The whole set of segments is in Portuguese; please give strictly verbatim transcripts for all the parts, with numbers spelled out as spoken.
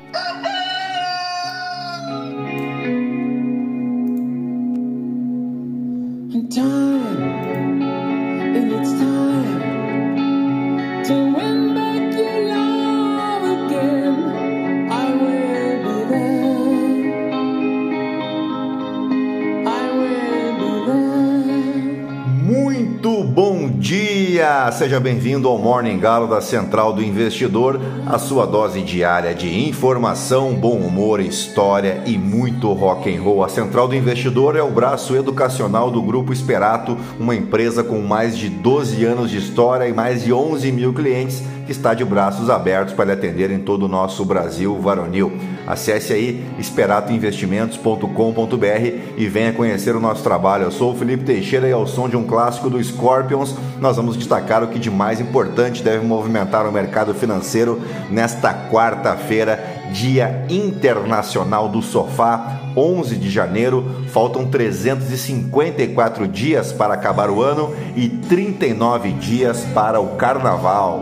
Seja bem-vindo ao Morning Galo da Central do Investidor, a sua dose diária de informação, bom humor, história e muito rock and roll. A Central do Investidor é o braço educacional do Grupo Esperato, uma empresa com mais de doze anos de história e mais de onze mil clientes que está de braços abertos para lhe atender em todo o nosso Brasil varonil. Acesse aí esperato investimentos ponto com ponto b r e venha conhecer o nosso trabalho. Eu sou o Felipe Teixeira e ao som de um clássico do Scorpions, nós vamos destacar o que de mais importante deve movimentar o mercado financeiro nesta quarta-feira, Dia Internacional do Sofá, onze de janeiro. Faltam trezentos e cinquenta e quatro dias para acabar o ano e trinta e nove dias para o Carnaval.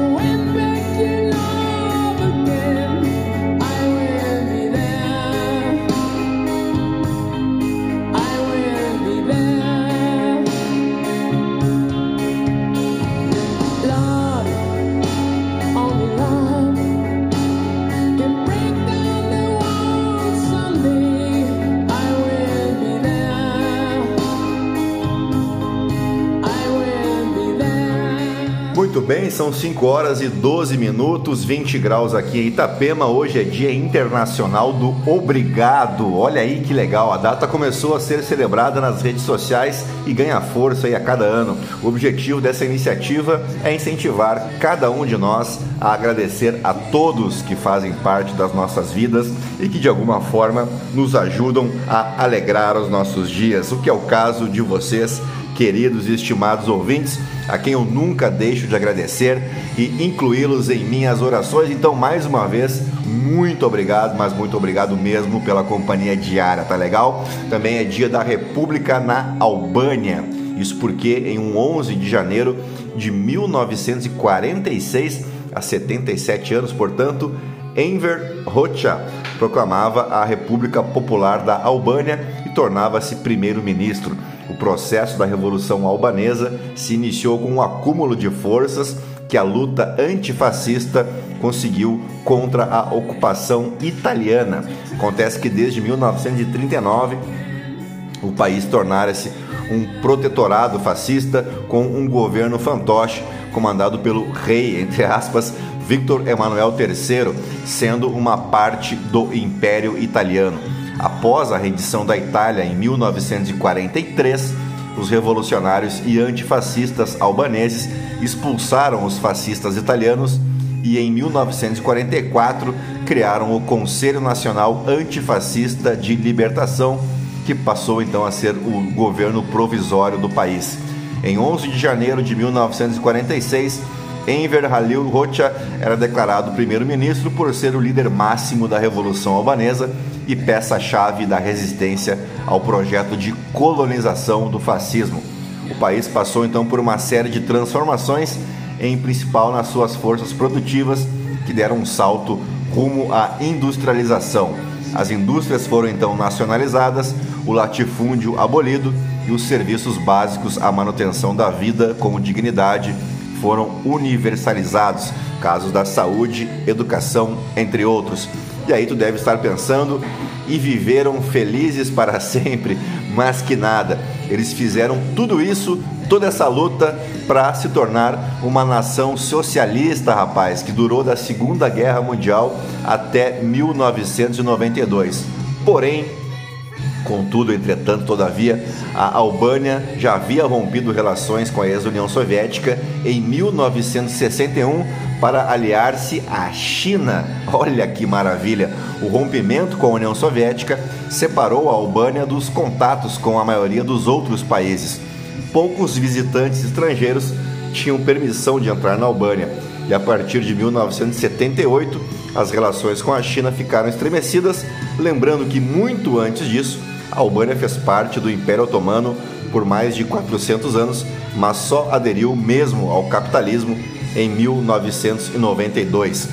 Muito bem, são cinco horas e doze minutos, vinte graus aqui em Itapema. Hoje é Dia Internacional do Obrigado. Olha aí que legal, a data começou a ser celebrada nas redes sociais e ganha força aí a cada ano. O objetivo dessa iniciativa é incentivar cada um de nós a agradecer a todos que fazem parte das nossas vidas e que de alguma forma nos ajudam a alegrar os nossos dias, o que é o caso de vocês, queridos e estimados ouvintes, a quem eu nunca deixo de agradecer e incluí-los em minhas orações. Então, mais uma vez, muito obrigado, mas muito obrigado mesmo pela companhia diária, tá legal? Também é dia da República na Albânia. Isso porque em um onze de janeiro de mil novecentos e quarenta e seis, há setenta e sete anos, portanto, Enver Hoxha proclamava a República Popular da Albânia e tornava-se primeiro-ministro. O processo da Revolução Albanesa se iniciou com um acúmulo de forças que a luta antifascista conseguiu contra a ocupação italiana. Acontece que desde mil novecentos e trinta e nove o país tornara-se um protetorado fascista com um governo fantoche comandado pelo rei, entre aspas, Victor Emanuel terceiro, sendo uma parte do Império Italiano. Após a rendição da Itália em mil novecentos e quarenta e três, os revolucionários e antifascistas albaneses expulsaram os fascistas italianos e em mil novecentos e quarenta e quatro criaram o Conselho Nacional Antifascista de Libertação, que passou então a ser o governo provisório do país. Em onze de janeiro de mil novecentos e quarenta e seis, Enver Halil Hoxha era declarado primeiro-ministro por ser o líder máximo da Revolução Albanesa e peça-chave da resistência ao projeto de colonização do fascismo. O país passou então por uma série de transformações, em principal nas suas forças produtivas, que deram um salto rumo à industrialização. As indústrias foram então nacionalizadas, o latifúndio abolido e os serviços básicos à manutenção da vida com dignidade foram universalizados, casos da saúde, educação, entre outros. E aí tu deve estar pensando, e viveram felizes para sempre, mas que nada. Eles fizeram tudo isso, toda essa luta para se tornar uma nação socialista, rapaz, que durou da Segunda Guerra Mundial até mil novecentos e noventa e dois. Porém, contudo, entretanto, todavia, a Albânia já havia rompido relações com a ex-União Soviética em mil novecentos e sessenta e um para aliar-se à China. Olha que maravilha! O rompimento com a União Soviética separou a Albânia dos contatos com a maioria dos outros países. Poucos visitantes estrangeiros tinham permissão de entrar na Albânia, e a partir de mil novecentos e setenta e oito as relações com a China ficaram estremecidas, lembrando que muito antes disso a Albânia fez parte do Império Otomano por mais de quatrocentos anos, mas só aderiu mesmo ao capitalismo em mil novecentos e noventa e dois. O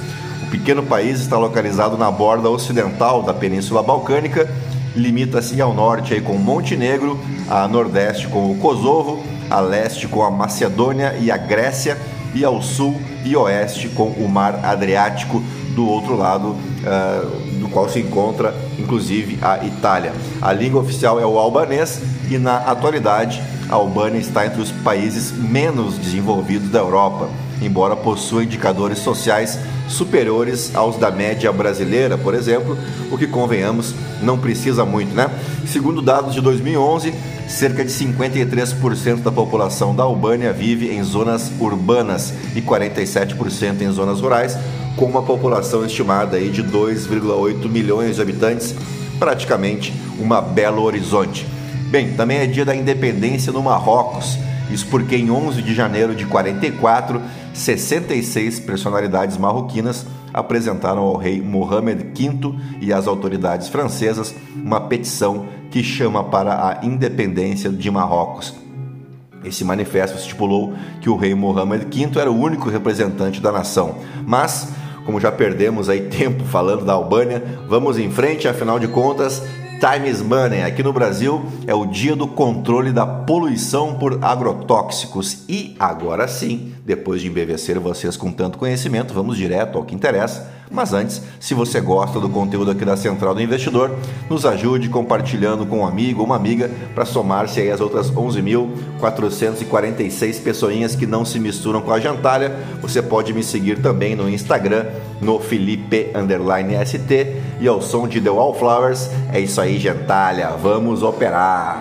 O pequeno país está localizado na borda ocidental da Península Balcânica, limita-se ao norte aí com Montenegro, a nordeste com o Kosovo, a leste com a Macedônia e a Grécia, e ao sul e oeste com o Mar Adriático, do outro lado uh, do qual se encontra inclusive a Itália. A língua oficial é o albanês e na atualidade a Albânia está entre os países menos desenvolvidos da Europa, embora possua indicadores sociais superiores aos da média brasileira, por exemplo, o que, convenhamos, não precisa muito, né? Segundo dados de dois mil e onze, cerca de cinquenta e três por cento da população da Albânia vive em zonas urbanas e quarenta e sete por cento em zonas rurais, com uma população estimada aí de dois vírgula oito milhões de habitantes, praticamente uma Belo Horizonte. Bem, também é dia da independência no Marrocos, isso porque em onze de janeiro de quarenta e quatro, sessenta e seis personalidades marroquinas apresentaram ao rei Mohammed quinto e às autoridades francesas uma petição que chama para a independência de Marrocos. Esse manifesto estipulou que o rei Mohammed quinto era o único representante da nação, mas, como já perdemos aí tempo falando da Albânia, vamos em frente, afinal de contas, time is money. Aqui no Brasil é o dia do controle da poluição por agrotóxicos e agora sim, depois de embevecer vocês com tanto conhecimento, vamos direto ao que interessa. Mas antes, se você gosta do conteúdo aqui da Central do Investidor, nos ajude compartilhando com um amigo ou uma amiga para somar-se aí as outras onze mil quatrocentas e quarenta e seis pessoinhas que não se misturam com a gentalha. Você pode me seguir também no Instagram, no Felipe underline S T, e ao som de The Wallflowers. É isso aí, gentalha, vamos operar!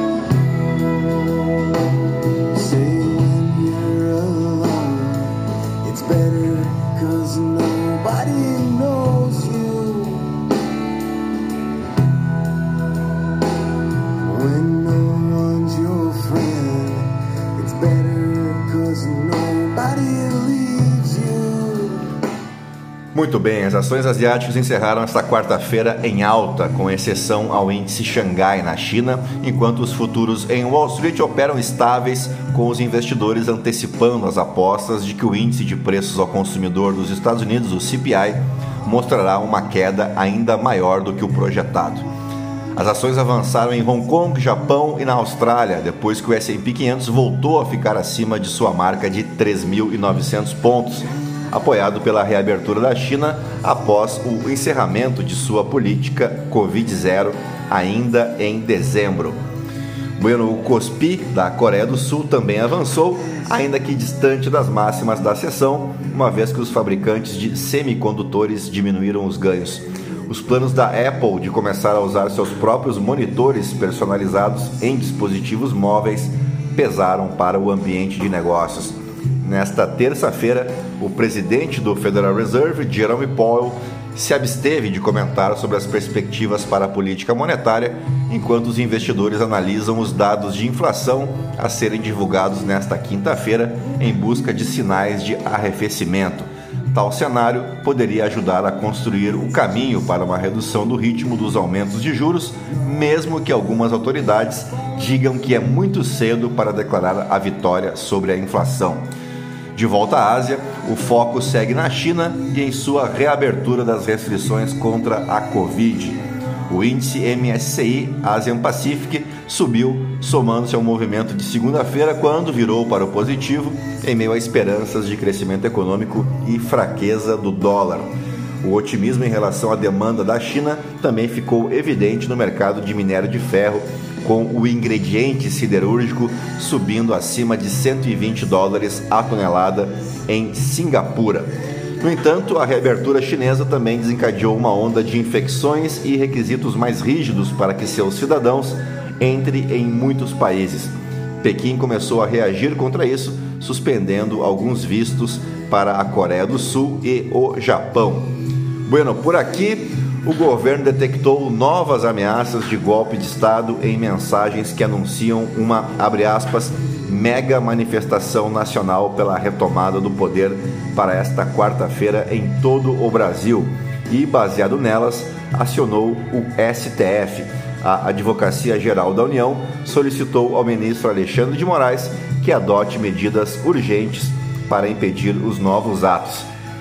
Muito bem, as ações asiáticas encerraram esta quarta-feira em alta, com exceção ao índice Xangai na China, enquanto os futuros em Wall Street operam estáveis, com os investidores antecipando as apostas de que o índice de preços ao consumidor dos Estados Unidos, o C P I, mostrará uma queda ainda maior do que o projetado. As ações avançaram em Hong Kong, Japão e na Austrália, depois que o S e P quinhentos voltou a ficar acima de sua marca de três mil e novecentos pontos, apoiado pela reabertura da China após o encerramento de sua política Covid zero ainda em dezembro. Bueno, o Kospi da Coreia do Sul também avançou, ainda que distante das máximas da sessão, uma vez que os fabricantes de semicondutores diminuíram os ganhos. Os planos da Apple de começar a usar seus próprios monitores personalizados em dispositivos móveis pesaram para o ambiente de negócios. Nesta terça-feira, o presidente do Federal Reserve, Jerome Powell, se absteve de comentar sobre as perspectivas para a política monetária, enquanto os investidores analisam os dados de inflação a serem divulgados nesta quinta-feira em busca de sinais de arrefecimento. Tal cenário poderia ajudar a construir o caminho para uma redução do ritmo dos aumentos de juros, mesmo que algumas autoridades digam que é muito cedo para declarar a vitória sobre a inflação. De volta à Ásia, o foco segue na China e em sua reabertura das restrições contra a Covid. O índice M S C I Asian Pacific subiu, somando-se ao movimento de segunda-feira, quando virou para o positivo, em meio a esperanças de crescimento econômico e fraqueza do dólar. O otimismo em relação à demanda da China também ficou evidente no mercado de minério de ferro, com o ingrediente siderúrgico subindo acima de cento e vinte dólares a tonelada em Singapura. No entanto, a reabertura chinesa também desencadeou uma onda de infecções e requisitos mais rígidos para que seus cidadãos entrem em muitos países. Pequim começou a reagir contra isso, suspendendo alguns vistos para a Coreia do Sul e o Japão. Bueno, por aqui, o governo detectou novas ameaças de golpe de Estado em mensagens que anunciam uma, abre aspas, mega manifestação nacional pela retomada do poder para esta quarta-feira em todo o Brasil e, baseado nelas, acionou o S T F. A Advocacia Geral da União solicitou ao ministro Alexandre de Moraes que adote medidas urgentes para impedir os novos atos.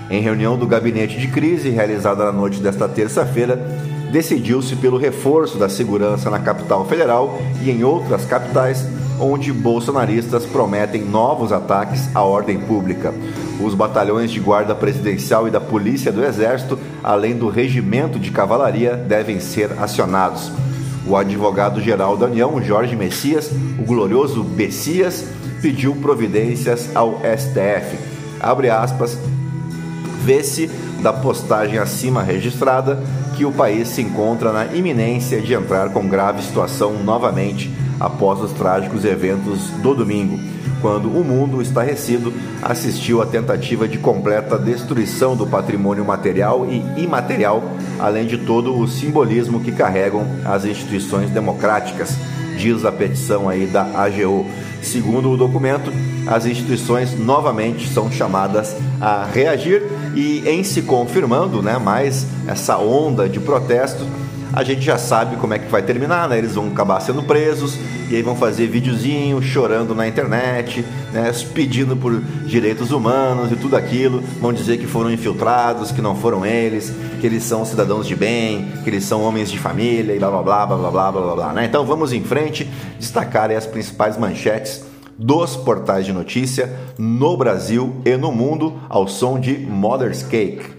Em reunião do gabinete de crise, realizada na noite desta terça-feira, decidiu-se pelo reforço da segurança na capital federal e em outras capitais, onde bolsonaristas prometem novos ataques à ordem pública. Os batalhões de guarda presidencial e da Polícia do Exército, além do regimento de cavalaria, devem ser acionados. O advogado-geral da União, Jorge Messias, o glorioso Bessias, pediu providências ao S T F. Abre aspas, vê-se da postagem acima registrada que o país se encontra na iminência de entrar com grave situação novamente após os trágicos eventos do domingo, quando o mundo estarrecido assistiu à tentativa de completa destruição do patrimônio material e imaterial, além de todo o simbolismo que carregam as instituições democráticas, diz a petição aí da A G U. Segundo o documento, as instituições novamente são chamadas a reagir e, em se confirmando, né, mais essa onda de protesto, a gente já sabe como é que vai terminar, né? Eles vão acabar sendo presos e aí vão fazer videozinho chorando na internet, né? Pedindo por direitos humanos e tudo aquilo, vão dizer que foram infiltrados, que não foram eles, que eles são cidadãos de bem, que eles são homens de família e blá blá blá blá blá blá blá blá, blá, né? Então vamos em frente, destacar as principais manchetes dos portais de notícia no Brasil e no mundo ao som de Mother's Cake.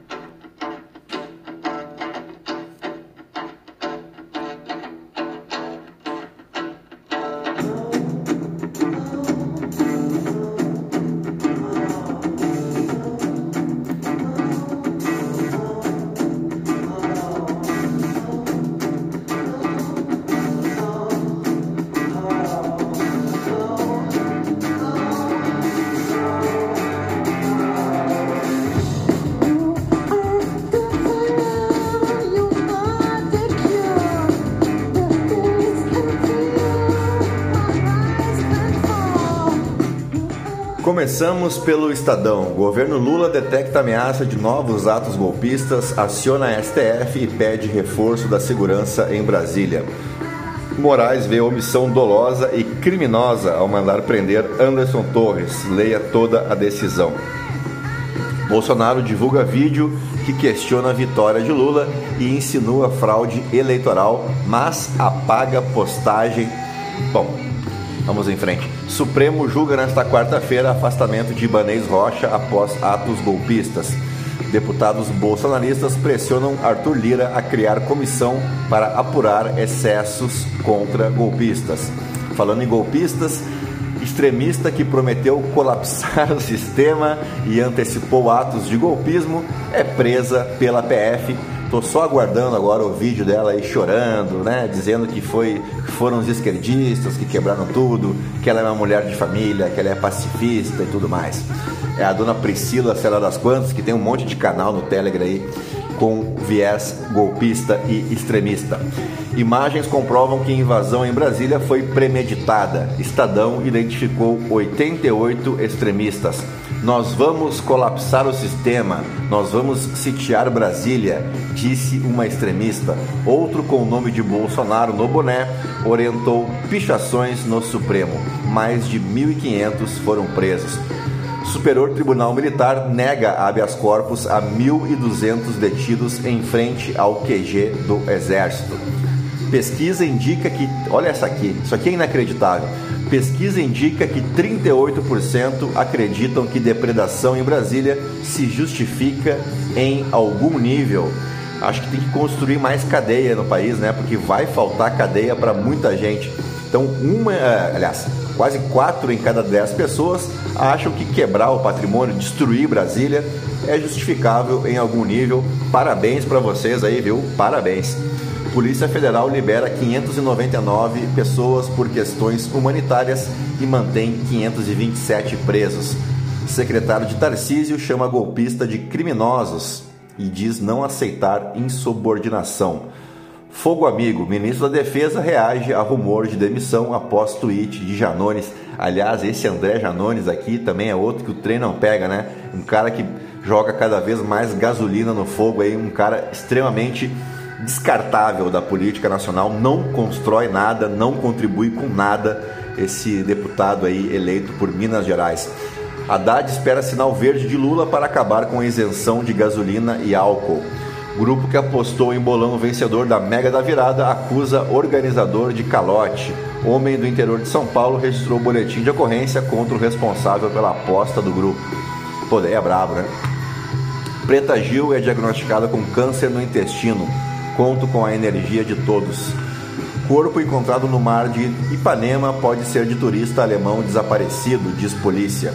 Começamos pelo Estadão. O governo Lula detecta ameaça de novos atos golpistas, aciona a S T F e pede reforço da segurança em Brasília. Moraes vê omissão dolosa e criminosa ao mandar prender Anderson Torres. Leia toda a decisão. Bolsonaro divulga vídeo que questiona a vitória de Lula e insinua fraude eleitoral, mas apaga postagem. Bom, vamos em frente. Supremo julga nesta quarta-feira afastamento de Ibanez Rocha após atos golpistas. Deputados bolsonaristas pressionam Arthur Lira a criar comissão para apurar excessos contra golpistas. Falando em golpistas, extremista que prometeu colapsar o sistema e antecipou atos de golpismo é presa pela P F. Tô só aguardando agora o vídeo dela aí chorando, né? Dizendo que foi, foram os esquerdistas que quebraram tudo, que ela é uma mulher de família, que ela é pacifista e tudo mais. É a dona Priscila, sei lá das quantas, que tem um monte de canal no Telegram aí com viés golpista e extremista. Imagens comprovam que a invasão em Brasília foi premeditada. Estadão identificou oitenta e oito extremistas. Nós vamos colapsar o sistema, nós vamos sitiar Brasília, disse uma extremista. Outro com o nome de Bolsonaro no boné orientou pichações no Supremo. Mais de mil e quinhentos foram presos. Superior Tribunal Militar nega habeas corpus a mil e duzentos detidos em frente ao Q G do Exército. Pesquisa indica que... Olha essa aqui, isso aqui é inacreditável. Pesquisa indica que trinta e oito por cento acreditam que depredação em Brasília se justifica em algum nível. Acho que tem que construir mais cadeia no país, né? Porque vai faltar cadeia para muita gente. Então, uma, aliás, quase quatro em cada dez pessoas acham que quebrar o patrimônio, destruir Brasília, é justificável em algum nível. Parabéns para vocês aí, viu? Parabéns. Polícia Federal libera quinhentas e noventa e nove pessoas por questões humanitárias e mantém quinhentos e vinte e sete presos. Secretário de Tarcísio chama golpista de criminosos e diz não aceitar insubordinação. Fogo amigo, ministro da Defesa reage a rumor de demissão após tweet de Janones. Aliás, esse André Janones aqui também é outro que o trem não pega, né? Um cara que joga cada vez mais gasolina no fogo aí, um cara extremamente descartável da política nacional, não constrói nada, não contribui com nada, esse deputado aí eleito por Minas Gerais. Haddad espera sinal verde de Lula para acabar com a isenção de gasolina e álcool. Grupo que apostou em bolão vencedor da Mega da Virada acusa organizador de calote. Homem do interior de São Paulo registrou boletim de ocorrência contra o responsável pela aposta do grupo. Pô, daí é brabo, né? Preta Gil é diagnosticada com câncer no intestino. Conto com a energia de todos. Corpo encontrado no mar de Ipanema pode ser de turista alemão desaparecido, diz polícia.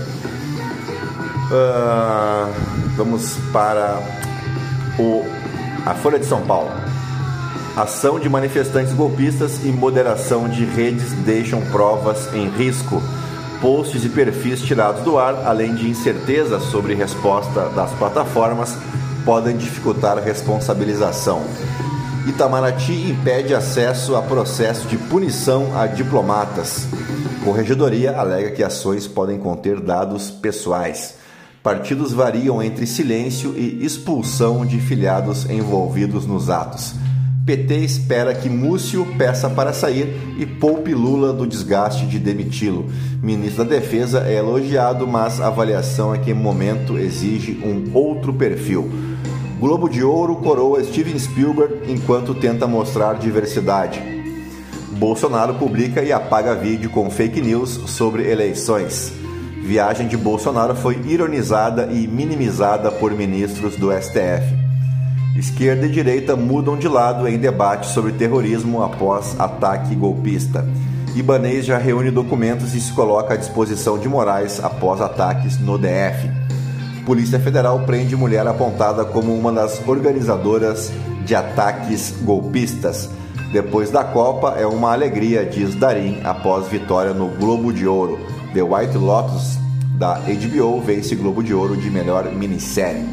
Uh, vamos para o, a Folha de São Paulo. Ação de manifestantes golpistas e moderação de redes deixam provas em risco. Posts e perfis tirados do ar, além de incertezas sobre resposta das plataformas, podem dificultar a responsabilização. Itamaraty impede acesso a processo de punição a diplomatas. Corregedoria alega que ações podem conter dados pessoais. Partidos variam entre silêncio e expulsão de filiados envolvidos nos atos. P T espera que Múcio peça para sair e poupe Lula do desgaste de demiti-lo. Ministro da Defesa é elogiado, mas a avaliação é que, no momento, exige um outro perfil. Globo de Ouro coroa Steven Spielberg enquanto tenta mostrar diversidade. Bolsonaro publica e apaga vídeo com fake news sobre eleições. Viagem de Bolsonaro foi ironizada e minimizada por ministros do S T F. Esquerda e direita mudam de lado em debate sobre terrorismo após ataque golpista. Ibanez já reúne documentos e se coloca à disposição de Moraes após ataques no D F. Polícia Federal prende mulher apontada como uma das organizadoras de ataques golpistas. Depois da Copa, é uma alegria, diz Darim, após vitória no Globo de Ouro. The White Lotus, da H B O, vence Globo de Ouro de melhor minissérie.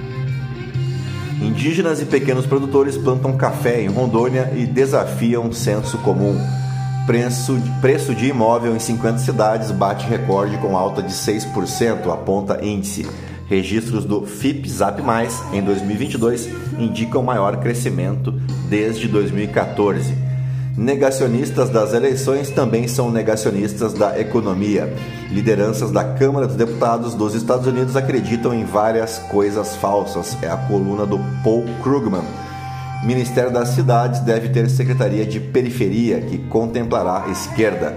Indígenas e pequenos produtores plantam café em Rondônia e desafiam senso comum. Preço, preço de imóvel em cinquenta cidades bate recorde com alta de seis por cento, aponta índice. Registros do F I P Zap Mais em dois mil e vinte e dois indicam maior crescimento desde dois mil e quatorze. Negacionistas das eleições também são negacionistas da economia. Lideranças da Câmara dos Deputados dos Estados Unidos acreditam em várias coisas falsas. É a coluna do Paul Krugman. Ministério das Cidades deve ter Secretaria de Periferia, que contemplará a esquerda.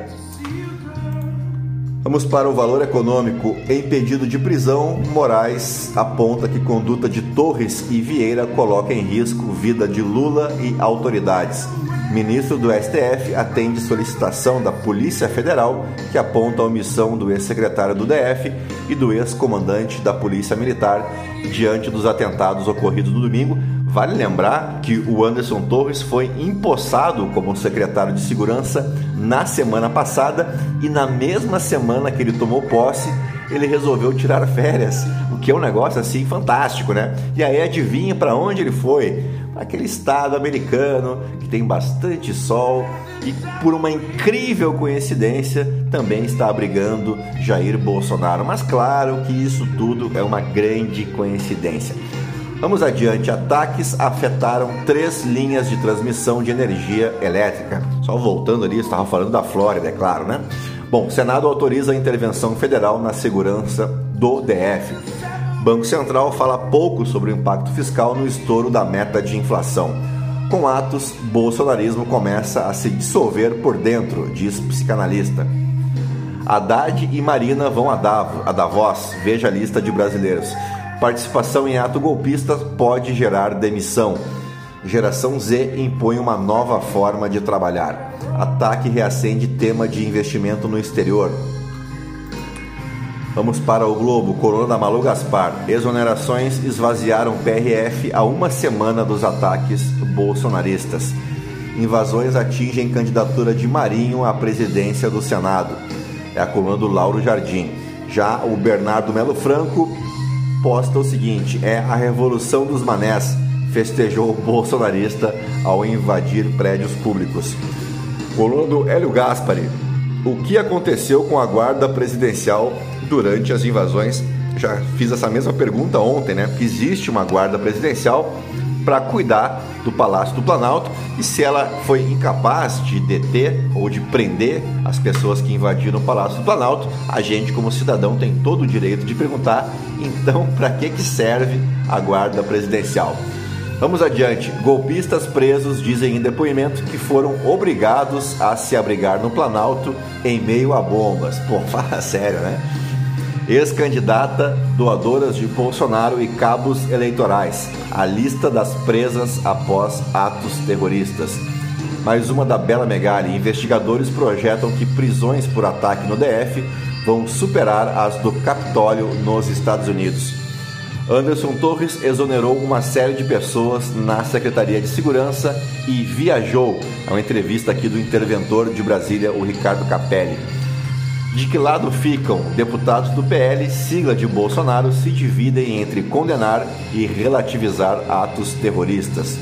Vamos para o valor econômico. Em pedido de prisão, Moraes aponta que conduta de Torres e Vieira coloca em risco vida de Lula e autoridades. Ministro do S T F atende solicitação da Polícia Federal, que aponta a omissão do ex-secretário do D F e do ex-comandante da Polícia Militar diante dos atentados ocorridos no domingo. Vale lembrar que o Anderson Torres foi empossado como secretário de Segurança na semana passada e na mesma semana que ele tomou posse, ele resolveu tirar férias, o que é um negócio assim fantástico, né? E aí adivinha para onde ele foi? Aquele estado americano que tem bastante sol e, por uma incrível coincidência, também está abrigando Jair Bolsonaro. Mas claro que isso tudo é uma grande coincidência. Vamos adiante. Ataques afetaram três linhas de transmissão de energia elétrica. Só voltando ali, estava falando da Flórida, é claro, né? Bom, o Senado autoriza a intervenção federal na segurança do D F. Banco Central fala pouco sobre o impacto fiscal no estouro da meta de inflação. Com atos, bolsonarismo começa a se dissolver por dentro, diz psicanalista. Haddad e Marina vão a Davos, veja a lista de brasileiros. Participação em ato golpista pode gerar demissão. Geração Z impõe uma nova forma de trabalhar. Ataque reacende tema de investimento no exterior. Vamos para o Globo. Coluna da Malu Gaspar. Exonerações esvaziaram P R F a uma semana dos ataques bolsonaristas. Invasões atingem candidatura de Marinho à presidência do Senado. É a coluna do Lauro Jardim. Já o Bernardo Melo Franco posta o seguinte: é a revolução dos manés, festejou o bolsonarista ao invadir prédios públicos. Coluna do Hélio Gaspari. O que aconteceu com a guarda presidencial durante as invasões? Já fiz essa mesma pergunta ontem, né? Porque existe uma guarda presidencial para cuidar do Palácio do Planalto, e se ela foi incapaz de deter ou de prender as pessoas que invadiram o Palácio do Planalto, a gente como cidadão tem todo o direito de perguntar, então para que que serve a guarda presidencial? Vamos adiante. Golpistas presos dizem em depoimento que foram obrigados a se abrigar no Planalto em meio a bombas. Pô, fala sério, né? Ex-candidata, doadoras de Bolsonaro e cabos eleitorais. A lista das presas após atos terroristas. Mais uma da Bela Megali. Investigadores projetam que prisões por ataque no D F vão superar as do Capitólio nos Estados Unidos. Anderson Torres exonerou uma série de pessoas na Secretaria de Segurança e viajou. É uma entrevista aqui do interventor de Brasília, o Ricardo Capelli. De que lado ficam? Deputados do P L, sigla de Bolsonaro, se dividem entre condenar e relativizar atos terroristas.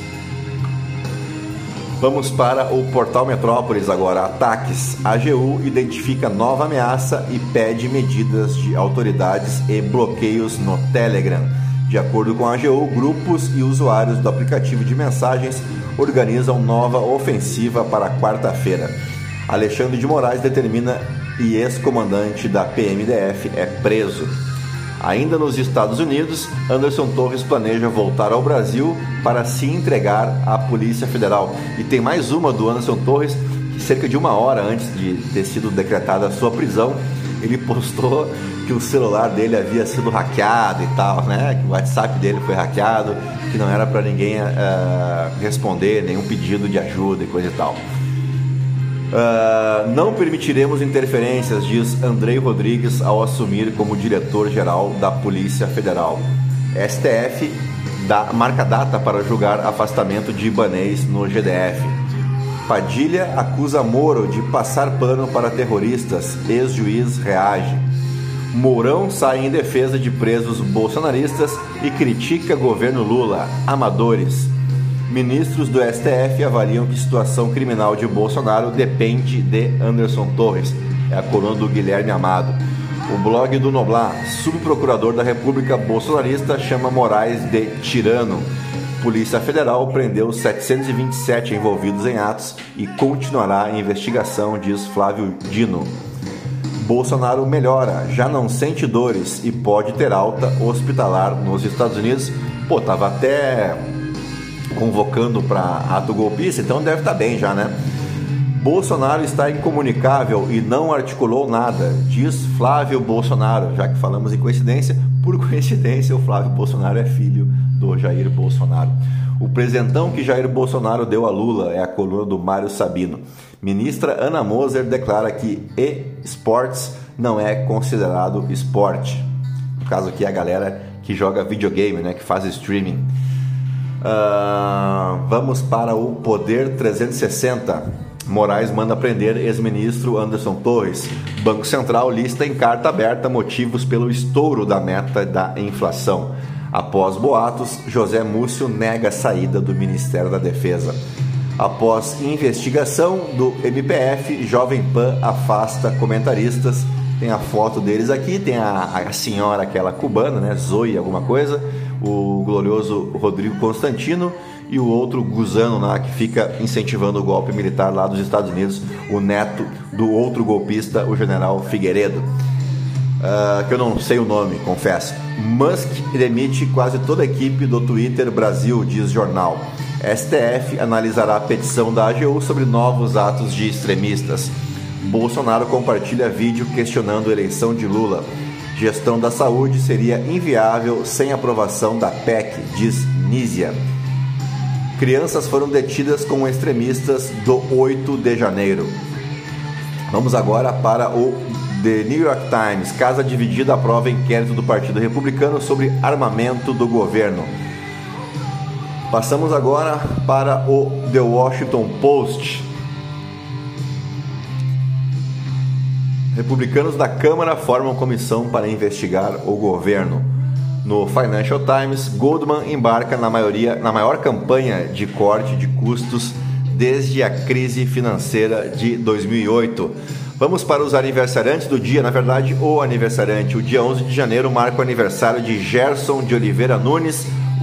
Vamos para o Portal Metrópolis agora. Ataques. A AGU identifica nova ameaça e pede medidas de autoridades e bloqueios no Telegram. De acordo com a AGU, grupos e usuários do aplicativo de mensagens organizam nova ofensiva para quarta-feira. Alexandre de Moraes determina e ex-comandante da P M D F é preso. Ainda nos Estados Unidos, Anderson Torres planeja voltar ao Brasil para se entregar à Polícia Federal. E tem mais uma do Anderson Torres, que cerca de uma hora antes de ter sido decretada a sua prisão, ele postou que o celular dele havia sido hackeado e tal, né? Que o WhatsApp dele foi hackeado, que não era para ninguém uh, responder nenhum pedido de ajuda e coisa e tal. Uh, não permitiremos interferências, diz Andrei Rodrigues ao assumir como diretor-geral da Polícia Federal. S T F dá, marca data para julgar afastamento de Ibanez no G D F. Padilha acusa Moro de passar pano para terroristas. Ex-juiz reage. Mourão sai em defesa de presos bolsonaristas e critica governo Lula. Amadores. Ministros do S T F avaliam que a situação criminal de Bolsonaro depende de Anderson Torres. É a coluna do Guilherme Amado. O blog do Noblar, subprocurador da República bolsonarista, chama Moraes de tirano. Polícia Federal prendeu setecentos e vinte e sete envolvidos em atos e continuará a investigação, diz Flávio Dino. Bolsonaro melhora, já não sente dores e pode ter alta hospitalar nos Estados Unidos. Pô, tava até convocando para ato golpista, então deve estar bem já, né? Bolsonaro está incomunicável e não articulou nada, diz Flávio Bolsonaro. Já que falamos em coincidência, por coincidência o Flávio Bolsonaro é filho do Jair Bolsonaro. O presentão que Jair Bolsonaro deu a Lula é a coluna do Mário Sabino. Ministra Ana Moser declara que e-sports não é considerado esporte. No caso aqui é a galera que joga videogame, né, que faz streaming. Uh, vamos para o Poder trezentos e sessenta. Moraes manda prender ex-ministro Anderson Torres. Banco Central lista em carta aberta motivos pelo estouro da meta da inflação. Após boatos, José Múcio nega a saída do Ministério da Defesa. Após investigação do M P F, Jovem Pan afasta comentaristas. Tem a foto deles aqui, tem a, a senhora aquela cubana, né, Zoe alguma coisa, o glorioso Rodrigo Constantino e o outro gusano lá que fica incentivando o golpe militar lá dos Estados Unidos, o neto do outro golpista, o general Figueiredo, uh, que eu não sei o nome, confesso. Musk demite quase toda a equipe do Twitter Brasil, diz jornal. S T F analisará a petição da A G U sobre novos atos de extremistas. Bolsonaro compartilha vídeo questionando a eleição de Lula. Gestão da saúde seria inviável sem aprovação da P E C, diz Nízia. Crianças foram detidas como extremistas do oito de janeiro. Vamos agora para o The New York Times. Casa dividida aprova inquérito do Partido Republicano sobre armamento do governo. Passamos agora para o The Washington Post. Republicanos da Câmara formam comissão para investigar o governo. No Financial Times, Goldman embarca na, maioria, na maior campanha de corte de custos desde a crise financeira de dois mil e oito. Vamos para os aniversariantes do dia, na verdade, o aniversariante. O dia onze de janeiro marca o aniversário de Gerson de Oliveira Nunes,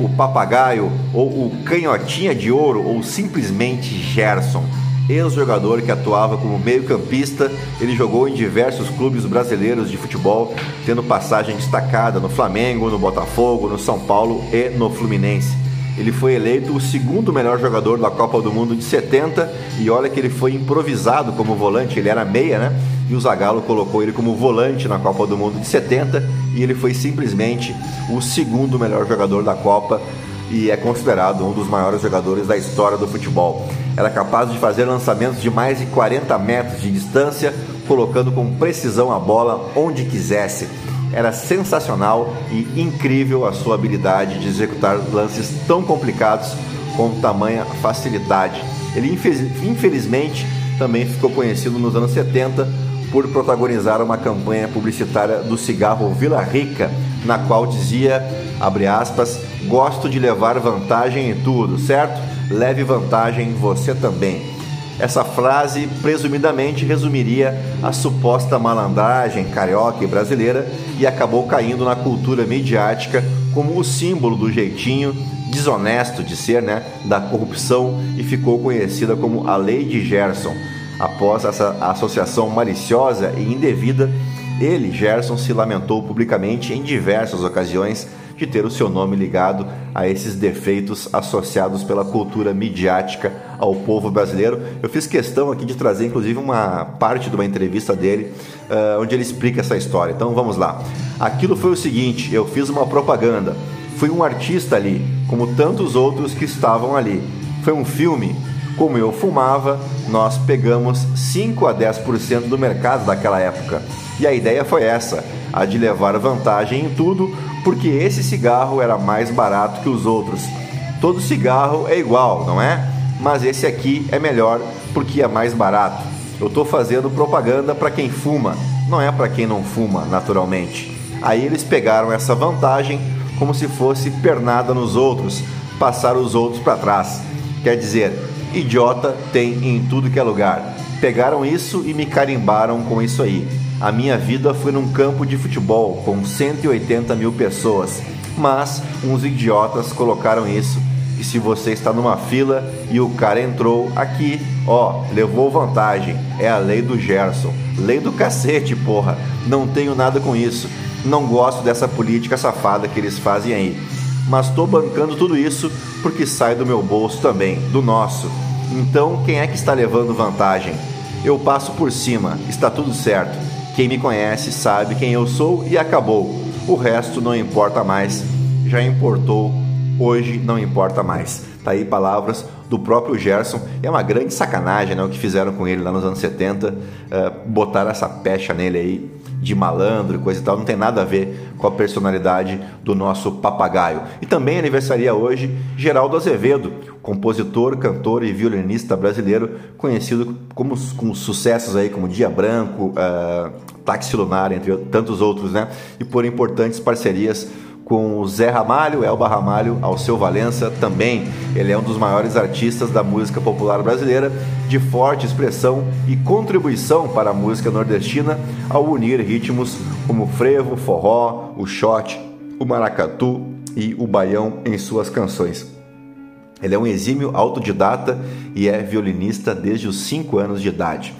o Papagaio, ou o Canhotinha de Ouro, ou simplesmente Gerson. Ex-jogador que atuava como meio-campista, ele jogou em diversos clubes brasileiros de futebol, tendo passagem destacada no Flamengo, no Botafogo, no São Paulo e no Fluminense. Ele foi eleito o segundo melhor jogador da Copa do Mundo de setenta, e olha que ele foi improvisado como volante, ele era meia, né? E o Zagallo colocou ele como volante na Copa do Mundo de setenta, e ele foi simplesmente o segundo melhor jogador da Copa e é considerado um dos maiores jogadores da história do futebol. Era capaz de fazer lançamentos de mais de quarenta metros de distância, colocando com precisão a bola onde quisesse. Era sensacional e incrível a sua habilidade de executar lances tão complicados com tamanha facilidade. Ele infelizmente também ficou conhecido nos anos setenta por protagonizar uma campanha publicitária do cigarro Vila Rica, na qual dizia, abre aspas, gosto de levar vantagem em tudo, certo? Leve vantagem você também. Essa frase, presumidamente, resumiria a suposta malandragem carioca e brasileira e acabou caindo na cultura midiática como o símbolo do jeitinho desonesto de ser, né, da corrupção, e ficou conhecida como a Lei de Gerson. Após essa associação maliciosa e indevida, ele, Gerson, se lamentou publicamente em diversas ocasiões de ter o seu nome ligado a esses defeitos associados pela cultura midiática ao povo brasileiro. Eu fiz questão aqui de trazer, inclusive, uma parte de uma entrevista dele, uh, onde ele explica essa história. Então vamos lá. Aquilo foi o seguinte, eu fiz uma propaganda, fui um artista ali, como tantos outros que estavam ali. Foi um filme. Como eu fumava, nós pegamos cinco a dez por cento do mercado daquela época. E a ideia foi essa, a de levar vantagem em tudo, porque esse cigarro era mais barato que os outros. Todo cigarro é igual, não é? Mas esse aqui é melhor porque é mais barato. Eu estou fazendo propaganda para quem fuma, não é para quem não fuma, naturalmente. Aí eles pegaram essa vantagem como se fosse pernada nos outros, passar os outros para trás. Quer dizer, idiota tem em tudo que é lugar. Pegaram isso e me carimbaram com isso aí. A minha vida foi num campo de futebol com cento e oitenta mil pessoas, mas uns idiotas colocaram isso, que se você está numa fila e o cara entrou aqui, ó, levou vantagem, é a lei do Gerson. Lei do cacete, porra, não tenho nada com isso, não gosto dessa política safada que eles fazem aí, mas tô bancando tudo isso porque sai do meu bolso também, do nosso. Então quem é que está levando vantagem? Eu passo por cima, está tudo certo. Quem me conhece sabe quem eu sou e acabou. O resto não importa mais. Já importou, hoje não importa mais. Tá aí palavras do próprio Gerson. É uma grande sacanagem, né, o que fizeram com ele lá nos anos setenta. Uh, botaram essa pecha nele aí de malandro e coisa e tal. Não tem nada a ver com a personalidade do nosso papagaio. E também aniversaria hoje Geraldo Azevedo, compositor, cantor e violinista brasileiro, conhecido como, com sucessos aí como Dia Branco, uh, Táxi Lunar, entre tantos outros, né? E por importantes parcerias com o Zé Ramalho, Elba Ramalho, Alceu Valença também. Ele é um dos maiores artistas da música popular brasileira, de forte expressão e contribuição para a música nordestina ao unir ritmos como o frevo, forró, o shot, o maracatu e o baião em suas canções. Ele é um exímio autodidata e é violinista desde os cinco anos de idade.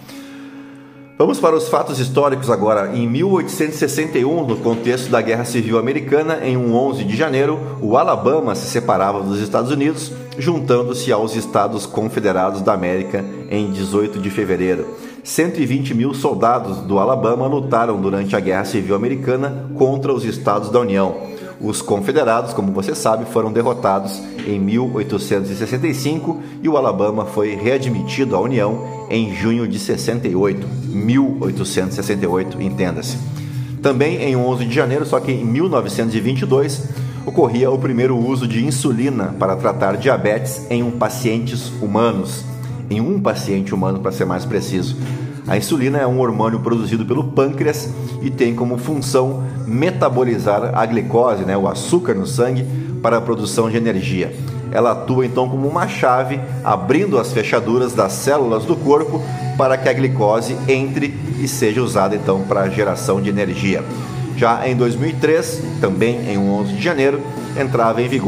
Vamos para os fatos históricos agora. Em mil oitocentos e sessenta e um, no contexto da Guerra Civil Americana, em um onze de janeiro, o Alabama se separava dos Estados Unidos, juntando-se aos Estados Confederados da América em dezoito de fevereiro. cento e vinte mil soldados do Alabama lutaram durante a Guerra Civil Americana contra os Estados da União. Os confederados, como você sabe, foram derrotados em mil oitocentos e sessenta e cinco e o Alabama foi readmitido à União em junho de sessenta e oito. mil oitocentos e sessenta e oito, entenda-se. Também em onze de janeiro, só que em mil novecentos e vinte e dois, ocorria o primeiro uso de insulina para tratar diabetes em um pacientes humanos. Em um paciente humano, para ser mais preciso. A insulina é um hormônio produzido pelo pâncreas e tem como função metabolizar a glicose, né, o açúcar no sangue, para a produção de energia. Ela atua então como uma chave, abrindo as fechaduras das células do corpo para que a glicose entre e seja usada então para a geração de energia. Já em dois mil e três, também em onze de janeiro, entrava em vigor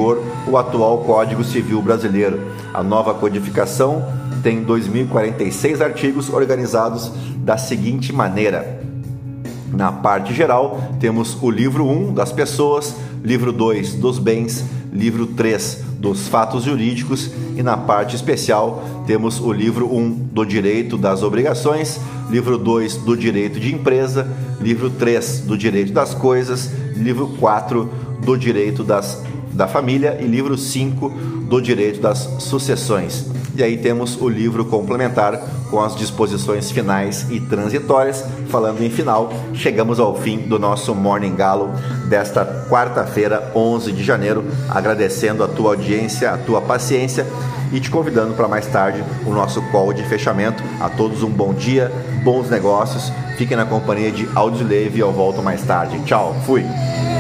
o atual Código Civil Brasileiro. A nova codificação tem dois mil e quarenta e seis artigos organizados da seguinte maneira: na parte geral, temos o livro um das pessoas, livro dois dos bens, livro três dos fatos jurídicos e na parte especial temos o livro um do direito das obrigações, livro dois do direito de empresa, livro três do direito das coisas, livro quatro do direito das, da família e livro cinco do direito das sucessões. E aí temos o livro complementar com as disposições finais e transitórias. Falando em final, chegamos ao fim do nosso Morning Galo desta quarta-feira, onze de janeiro, agradecendo a tua audiência, a tua paciência e te convidando para mais tarde o nosso call de fechamento. A todos um bom dia, bons negócios, fiquem na companhia de Audioleve e eu volto mais tarde. Tchau, fui!